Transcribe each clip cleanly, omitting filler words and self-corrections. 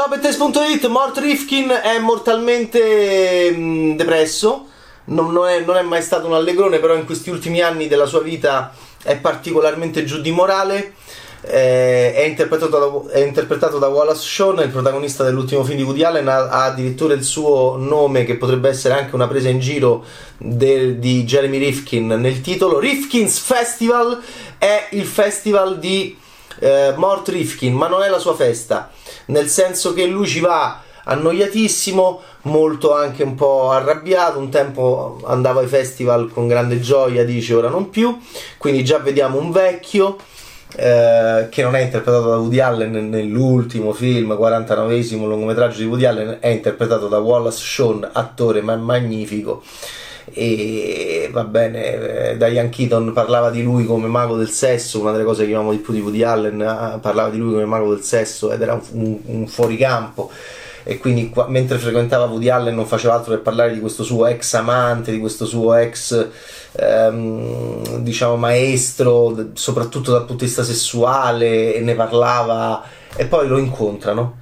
Ciao Bettes.it, Mort Rifkin è mortalmente depresso, non è mai stato un allegrone, però in questi ultimi anni della sua vita è particolarmente giù di morale. È interpretato da Wallace Shawn, il protagonista dell'ultimo film di Woody Allen. Ha addirittura il suo nome, che potrebbe essere anche una presa in giro di Jeremy Rifkin, nel titolo. Rifkin's Festival è il festival di Mort Rifkin, ma non è la sua festa, nel senso che lui ci va annoiatissimo, molto anche un po' arrabbiato. Un tempo andava ai festival con grande gioia, dice, ora non più. Quindi già vediamo un vecchio che non è interpretato da Woody Allen nell'ultimo film, 49esimo lungometraggio di Woody Allen, è interpretato da Wallace Shawn, attore ma magnifico. E va bene, Diane Keaton parlava di lui come mago del sesso, una delle cose che amo di più di Woody Allen, parlava di lui come mago del sesso ed era un fuoricampo. E quindi mentre frequentava Woody Allen non faceva altro che parlare di questo suo ex amante, di questo suo ex diciamo maestro, soprattutto dal punto di vista sessuale, e ne parlava. E poi lo incontrano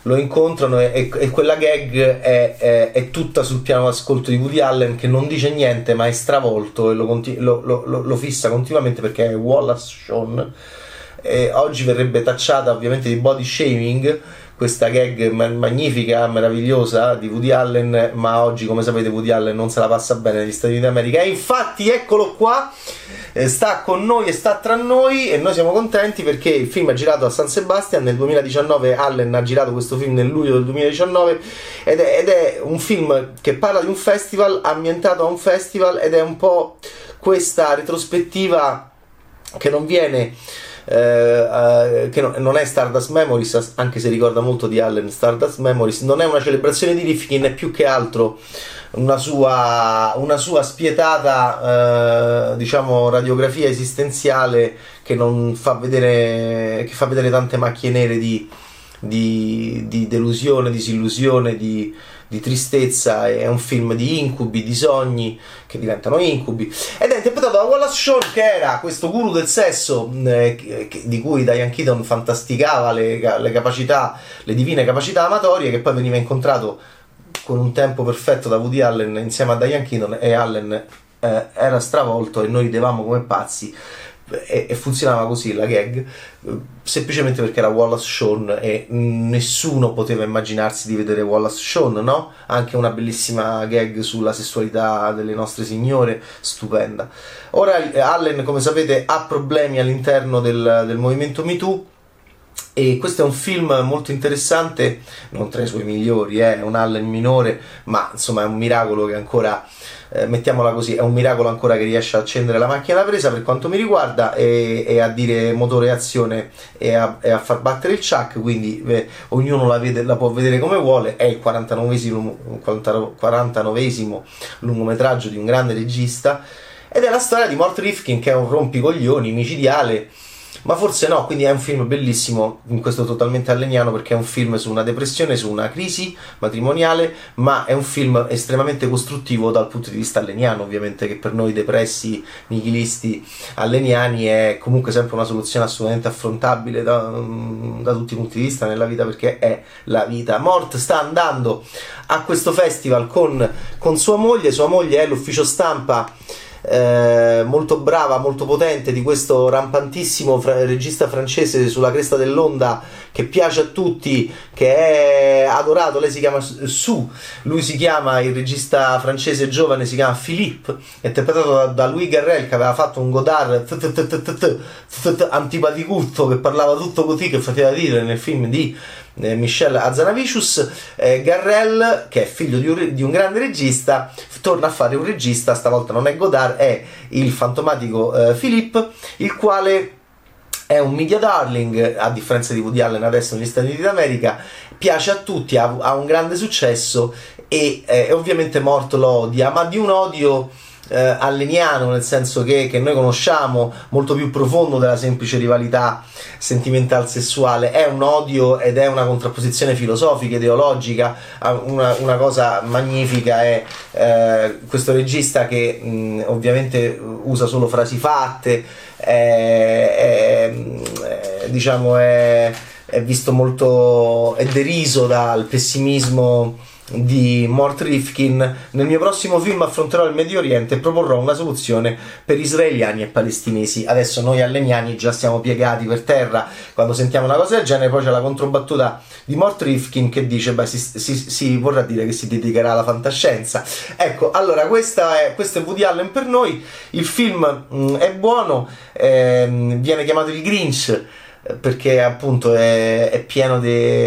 e quella gag è tutta sul piano d'ascolto di Woody Allen, che non dice niente ma è stravolto e lo fissa continuamente, perché è Wallace Shawn. E oggi verrebbe tacciata ovviamente di body shaming questa gag magnifica, meravigliosa di Woody Allen, ma oggi, come sapete, Woody Allen non se la passa bene negli Stati Uniti d'America, e infatti eccolo qua, sta con noi e sta tra noi, e noi siamo contenti perché il film è girato a San Sebastian nel 2019. Allen ha girato questo film nel luglio del 2019 ed è un film che parla di un festival, ambientato a un festival, ed è un po' questa retrospettiva che non viene non è Stardust Memories, anche se ricorda molto di Allen. Stardust Memories non è una celebrazione di Rifkin, è più che altro una sua spietata diciamo radiografia esistenziale, che non fa vedere, che fa vedere tante macchie nere di delusione, disillusione, di tristezza. È un film di incubi, di sogni che diventano incubi, ed è interpretato da Wallace Shawn, che era questo guru del sesso di cui Diane Keaton fantasticava le capacità, le divine capacità amatorie, che poi veniva incontrato con un tempo perfetto da Woody Allen insieme a Diane Keaton, e Allen era stravolto e noi ridevamo come pazzi. E funzionava così la gag, semplicemente perché era Wallace Shawn e nessuno poteva immaginarsi di vedere Wallace Shawn, no? Anche una bellissima gag sulla sessualità delle nostre signore, stupenda. Ora Allen, come sapete, ha problemi all'interno del movimento Me Too, e questo è un film molto interessante, non tra i suoi migliori, è un Allen minore, ma insomma è un miracolo che ancora, mettiamola così, è un miracolo ancora che riesce a accendere la macchina da presa, per quanto mi riguarda, e a dire motore e azione, e a far battere il chuck. Quindi ognuno la può vedere come vuole. È il 49esimo lungometraggio di un grande regista, ed è la storia di Mort Rifkin, che è un rompicoglioni micidiale, ma forse no. Quindi è un film bellissimo, in questo totalmente alleniano, perché è un film su una depressione, su una crisi matrimoniale, ma è un film estremamente costruttivo dal punto di vista alleniano, ovviamente, che per noi depressi, nichilisti alleniani è comunque sempre una soluzione assolutamente affrontabile da tutti i punti di vista nella vita, perché è la vita. Mort sta andando a questo festival con sua moglie è l'ufficio stampa molto brava, molto potente, di questo rampantissimo regista francese sulla cresta dell'onda, che piace a tutti, che è adorato. Lei si chiama Sue, lui si chiama, il regista francese giovane si chiama Philippe, interpretato da Louis Garrel, che aveva fatto un Godard antipaticutto, che parlava tutto così, che faceva ridere nel film di Michel Hazanavicius. Garrel, che è figlio di un grande regista, torna a fare un regista, stavolta non è Godard, è il fantomatico Philippe, il quale è un media darling, a differenza di Woody Allen adesso negli Stati Uniti d'America, piace a tutti, ha un grande successo, e ovviamente Mort lo odia, ma di un odio alleniano, nel senso che noi conosciamo, molto più profondo della semplice rivalità sentimental sessuale. È un odio ed è una contrapposizione filosofica, ideologica. Una cosa magnifica è questo regista che ovviamente usa solo frasi fatte, diciamo è è visto molto, è deriso dal pessimismo di Mort Rifkin. Nel mio prossimo film affronterò il Medio Oriente e proporrò una soluzione per israeliani e palestinesi. Adesso noi alleniani già siamo piegati per terra quando sentiamo una cosa del genere. Poi c'è la controbattuta di Mort Rifkin che dice si vorrà dire che si dedicherà alla fantascienza. Ecco, allora questo è Woody Allen per noi. Il film è buono, viene chiamato il Grinch perché appunto è pieno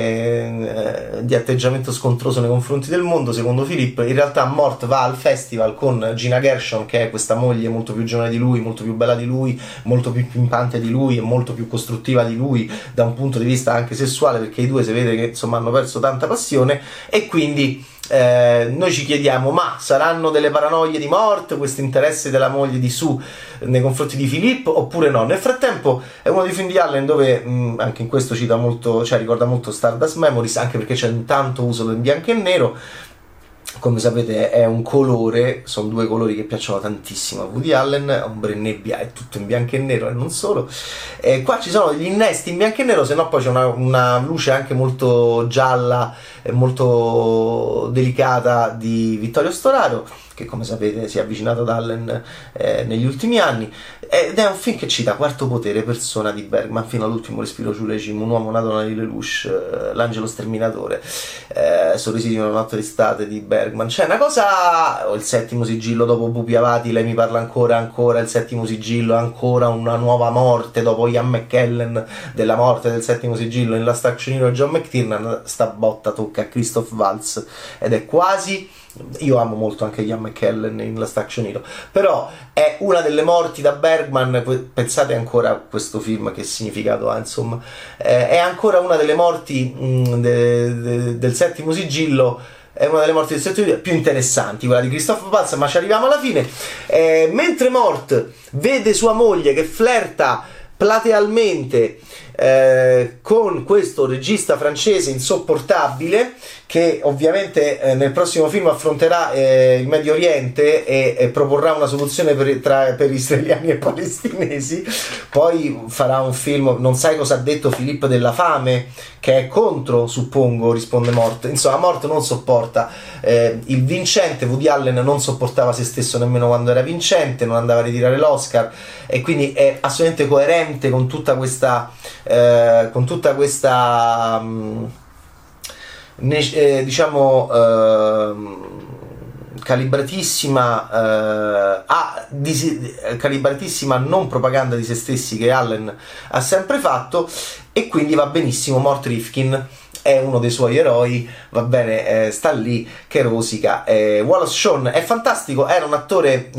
di atteggiamento scontroso nei confronti del mondo. Secondo Filippo, in realtà Mort va al festival con Gina Gershon, che è questa moglie molto più giovane di lui, molto più bella di lui, molto più pimpante di lui e molto più costruttiva di lui da un punto di vista anche sessuale, perché i due si vede che insomma hanno perso tanta passione, e quindi noi ci chiediamo: ma saranno delle paranoie di Mort, questo interesse della moglie di Sue nei confronti di Philippe, oppure no? Nel frattempo è uno dei film di Allen dove anche in questo cita molto, cioè ricorda molto Stardust Memories, anche perché c'è tanto uso del bianco e nero. Come sapete è un colore, sono due colori che piacciono tantissimo a Woody Allen, ombre e nebbia, è tutto in bianco e nero e non solo. Qua ci sono degli innesti in bianco e nero, se no poi c'è una luce anche molto gialla e molto delicata di Vittorio Storaro, che come sapete si è avvicinato ad Allen negli ultimi anni, ed è un film che cita Quarto Potere, Persona di Bergman, Fino all'ultimo respiro Jules Jim, Un uomo nato nelle Lelouch, L'angelo sterminatore, Sorrisi di una notte d'estate di Bergman. C'è una cosa, o Il settimo sigillo, dopo Pupi Avati, Lei mi parla ancora, Il settimo sigillo, ancora una nuova morte dopo Ian McKellen, della morte del settimo sigillo in Last Action Hero e John McTiernan. Sta botta tocca a Christoph Waltz ed è quasi, io amo molto anche Ian McKellen in Last Action Hero, però è una delle morti da Bergman. Pensate ancora a questo film che significato ha, insomma, è ancora una delle morti del settimo sigillo, è una delle morti del settimo sigillo più interessanti, quella di Christoph Waltz, ma ci arriviamo alla fine. Mentre Mort vede sua moglie che flirta platealmente con questo regista francese insopportabile, che ovviamente nel prossimo film affronterà il Medio Oriente e proporrà una soluzione per israeliani e palestinesi. Poi farà un film, non sai cosa ha detto Philippe della fame, che è contro, suppongo, risponde Mort. Insomma, Mort non sopporta il vincente. Woody Allen non sopportava se stesso nemmeno quando era vincente, non andava a ritirare l'Oscar, e quindi è assolutamente coerente con tutta questa calibratissima non propaganda di se stessi che Allen ha sempre fatto. E quindi va benissimo, Mort Rifkin è uno dei suoi eroi, va bene, sta lì che rosica. Wallace Shawn è fantastico, era un attore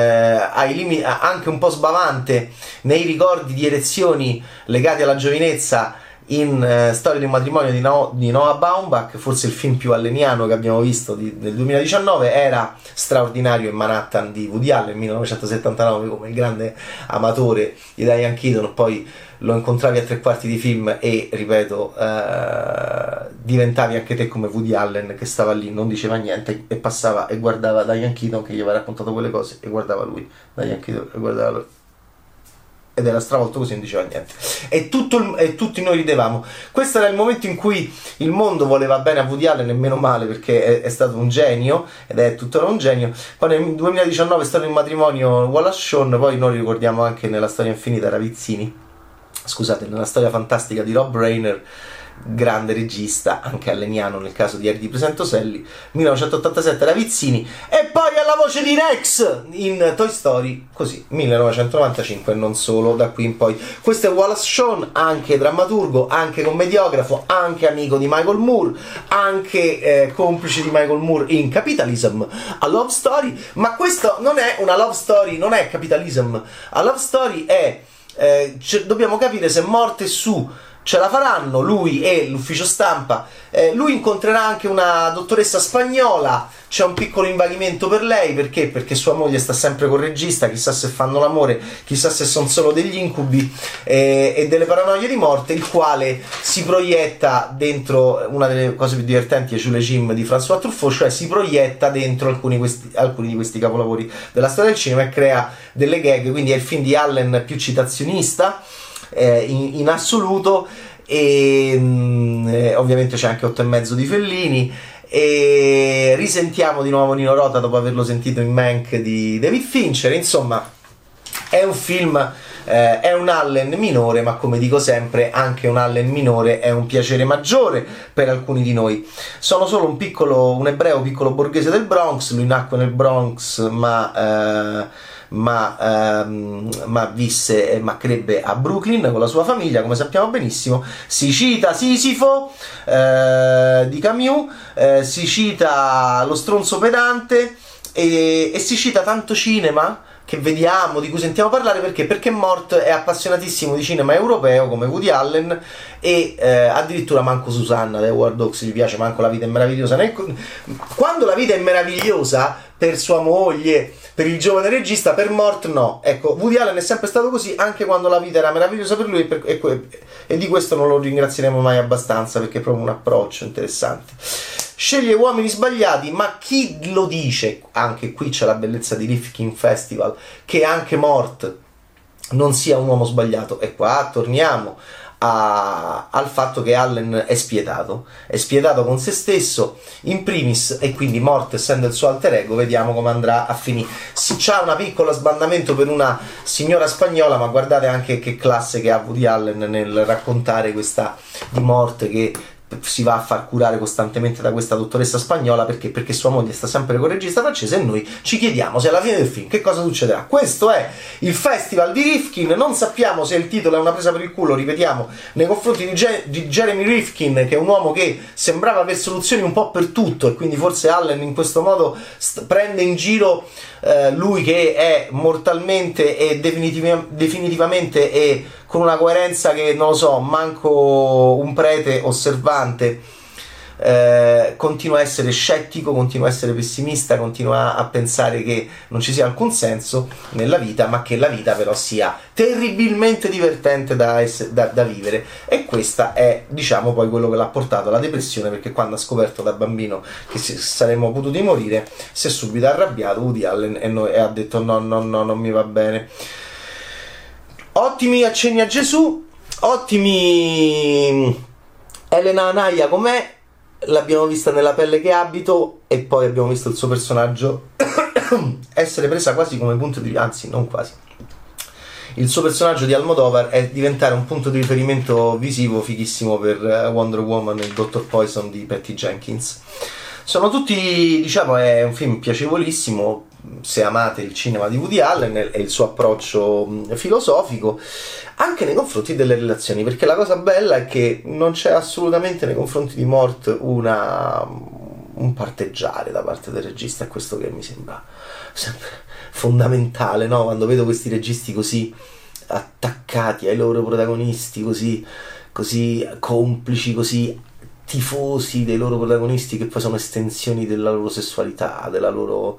anche un po' sbavante nei ricordi di erezioni legati alla giovinezza in Storia di un matrimonio di Noah Baumbach, forse il film più alleniano che abbiamo visto del 2019. Era straordinario in Manhattan di Woody Allen 1979 come il grande amatore di Diane Keaton. Poi lo incontravi a tre quarti di film e, ripeto, diventavi anche te come Woody Allen, che stava lì, non diceva niente e passava e guardava Diane Keaton che gli aveva raccontato quelle cose, e guardava lui, Diane Keaton, e guardava lui, ed era stravolto così, non diceva niente, e tutti noi ridevamo. Questo era il momento in cui il mondo voleva bene a Woody Allen, e meno male, perché è stato un genio ed è tuttora un genio. Poi nel 2019 Storia di un matrimonio, Wallace Shawn. Poi noi ricordiamo anche nella Storia infinita nella Storia fantastica di Rob Reiner, grande regista, anche alleniano nel caso di Eddie Presentoselli, 1987 Ravizzini, e poi alla voce di Rex in Toy Story, così, 1995, e non solo da qui in poi. Questo è Wallace Shawn, anche drammaturgo, anche commediografo, anche amico di Michael Moore, anche complice di Michael Moore in Capitalism, a Love Story. Ma questo non è una love story, non è Capitalism. A Love Story è dobbiamo capire se Mort e Sue ce la faranno, lui e l'ufficio stampa. Lui incontrerà anche una dottoressa spagnola, c'è un piccolo invaghimento per lei, perché sua moglie sta sempre col regista, chissà se fanno l'amore, chissà se sono solo degli incubi, e delle paranoie di Morte, il quale si proietta dentro. Una delle cose più divertenti è Jules Jim di François Truffaut, cioè si proietta dentro alcuni di questi capolavori della storia del cinema e crea delle gag. Quindi è il film di Allen più citazionista in assoluto, e ovviamente c'è anche 8,5 di Fellini. E risentiamo di nuovo Nino Rota dopo averlo sentito in Mank di David Fincher. Insomma, è un film, è un Allen minore, ma come dico sempre, anche un Allen minore è un piacere maggiore per alcuni di noi. Sono solo un ebreo piccolo borghese del Bronx. Lui nacque nel Bronx, ma visse, ma crebbe a Brooklyn con la sua famiglia, come sappiamo benissimo. Si cita Sisifo di Camus, si cita Lo stronzo pedante e si cita tanto cinema che vediamo, di cui sentiamo parlare, perché Mort è appassionatissimo di cinema europeo come Woody Allen e addirittura manco Susanna da Howard Hawks gli piace, manco La vita è meravigliosa. Quando La vita è meravigliosa per sua moglie, per il giovane regista, per Mort no. Ecco, Woody Allen è sempre stato così, anche quando la vita era meravigliosa per lui, e di questo non lo ringrazieremo mai abbastanza, perché è proprio un approccio interessante. Sceglie uomini sbagliati, ma chi lo dice? Anche qui c'è la bellezza di Rifkin Festival, che anche Mort non sia un uomo sbagliato. E qua torniamo al fatto che Allen è spietato con se stesso in primis, e quindi Mort essendo il suo alter ego vediamo come andrà a finire. C'ha una piccola sbandamento per una signora spagnola, ma guardate anche che classe che ha Woody Allen nel raccontare questa di Mort che si va a far curare costantemente da questa dottoressa spagnola, perché sua moglie sta sempre con il regista francese, e noi ci chiediamo se alla fine del film che cosa succederà. Questo è il Festival di Rifkin. Non sappiamo se il titolo è una presa per il culo, ripetiamo, nei confronti di Jeremy Rifkin, che è un uomo che sembrava aver soluzioni un po' per tutto, e quindi forse Allen in questo modo prende in giro lui che è mortalmente e definitivamente e con una coerenza che non lo so, manco un prete osservante, continua a essere scettico, continua a essere pessimista, continua a pensare che non ci sia alcun senso nella vita, ma che la vita però sia terribilmente divertente da vivere. E questa è, diciamo, poi quello che l'ha portato alla depressione, perché quando ha scoperto da bambino che saremmo potuti morire si è subito arrabbiato Woody Allen e ha detto no, non mi va bene. Ottimi accenni a Gesù, ottimi Elena Anaya com'è, l'abbiamo vista nella pelle che abito, e poi abbiamo visto il suo personaggio essere presa quasi come punto di, anzi non quasi, il suo personaggio di Almodovar è diventare un punto di riferimento visivo fighissimo per Wonder Woman e il Dr. Poison di Patty Jenkins. Sono tutti, diciamo, è un film piacevolissimo se amate il cinema di Woody Allen e il suo approccio filosofico anche nei confronti delle relazioni, perché la cosa bella è che non c'è assolutamente nei confronti di Mort un parteggiare da parte del regista. È questo che mi sembra sempre fondamentale, no? Quando vedo questi registi così attaccati ai loro protagonisti, così complici, così tifosi dei loro protagonisti, che poi sono estensioni della loro sessualità, della loro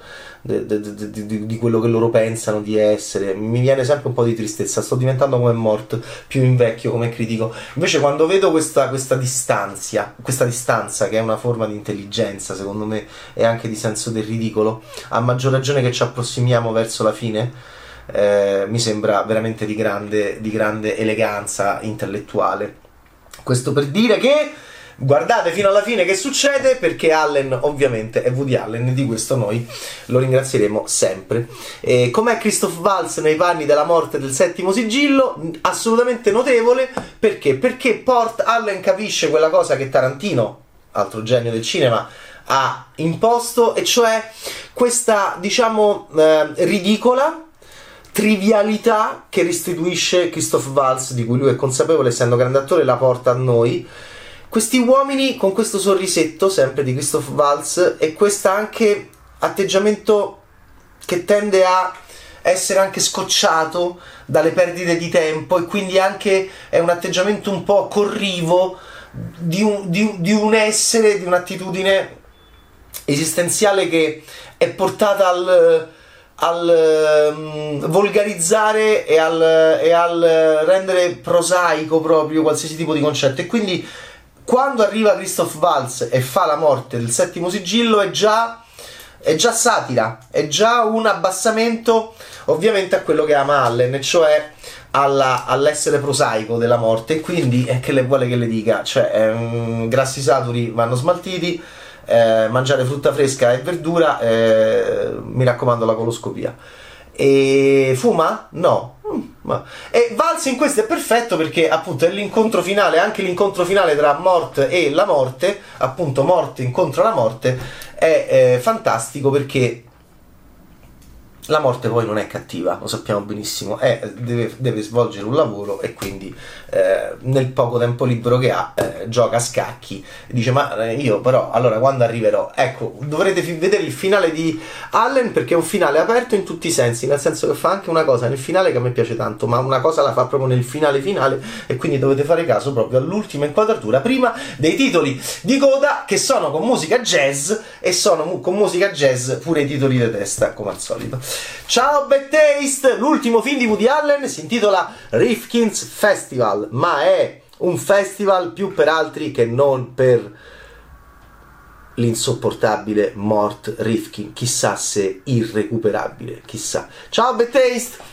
di quello che loro pensano di essere. Mi viene sempre un po' di tristezza. Sto diventando come Mort, più invecchio come critico. Invece quando vedo questa distanza che è una forma di intelligenza, secondo me, e anche di senso del ridicolo, a maggior ragione che ci approssimiamo verso la fine, mi sembra veramente di grande eleganza intellettuale. Questo per dire che guardate fino alla fine che succede, perché Allen ovviamente è Woody Allen, e di questo noi lo ringrazieremo sempre. Com'è Christoph Waltz nei panni della morte del settimo sigillo? Assolutamente notevole. Perché Allen capisce quella cosa che Tarantino, altro genio del cinema, ha imposto, e cioè questa, diciamo, ridicola trivialità che restituisce Christoph Waltz, di cui lui è consapevole essendo grande attore, la porta a noi. Questi uomini con questo sorrisetto sempre di Christoph Waltz, e questo anche atteggiamento che tende a essere anche scocciato dalle perdite di tempo, e quindi anche è un atteggiamento un po' corrivo di un essere, di un'attitudine esistenziale che è portata al volgarizzare e al rendere prosaico proprio qualsiasi tipo di concetto. E quindi quando arriva Christoph Waltz e fa la morte del settimo sigillo è già satira, è già un abbassamento ovviamente a quello che ama Allen, cioè all'essere prosaico della morte, e quindi che le vuole che le dica, cioè grassi saturi vanno smaltiti, mangiare frutta fresca e verdura, mi raccomando la coloscopia. E fuma? No. E Valls in questo è perfetto perché appunto è l'incontro finale, anche l'incontro finale tra Mort e la morte, appunto Mort incontra la morte, è fantastico perché la morte poi non è cattiva, lo sappiamo benissimo, deve svolgere un lavoro e quindi nel poco tempo libero che ha gioca a scacchi, dice ma io però allora quando arriverò, ecco, dovrete vedere il finale di Allen perché è un finale aperto in tutti i sensi, nel senso che fa anche una cosa nel finale che a me piace tanto, ma una cosa la fa proprio nel finale e quindi dovete fare caso proprio all'ultima inquadratura prima dei titoli di coda che sono con musica jazz, e sono con musica jazz pure i titoli di testa come al solito. Ciao Bad Taste, l'ultimo film di Woody Allen si intitola Rifkin's Festival, ma è un festival più per altri che non per l'insopportabile Mort Rifkin, chissà se irrecuperabile, chissà. Ciao Bad Taste!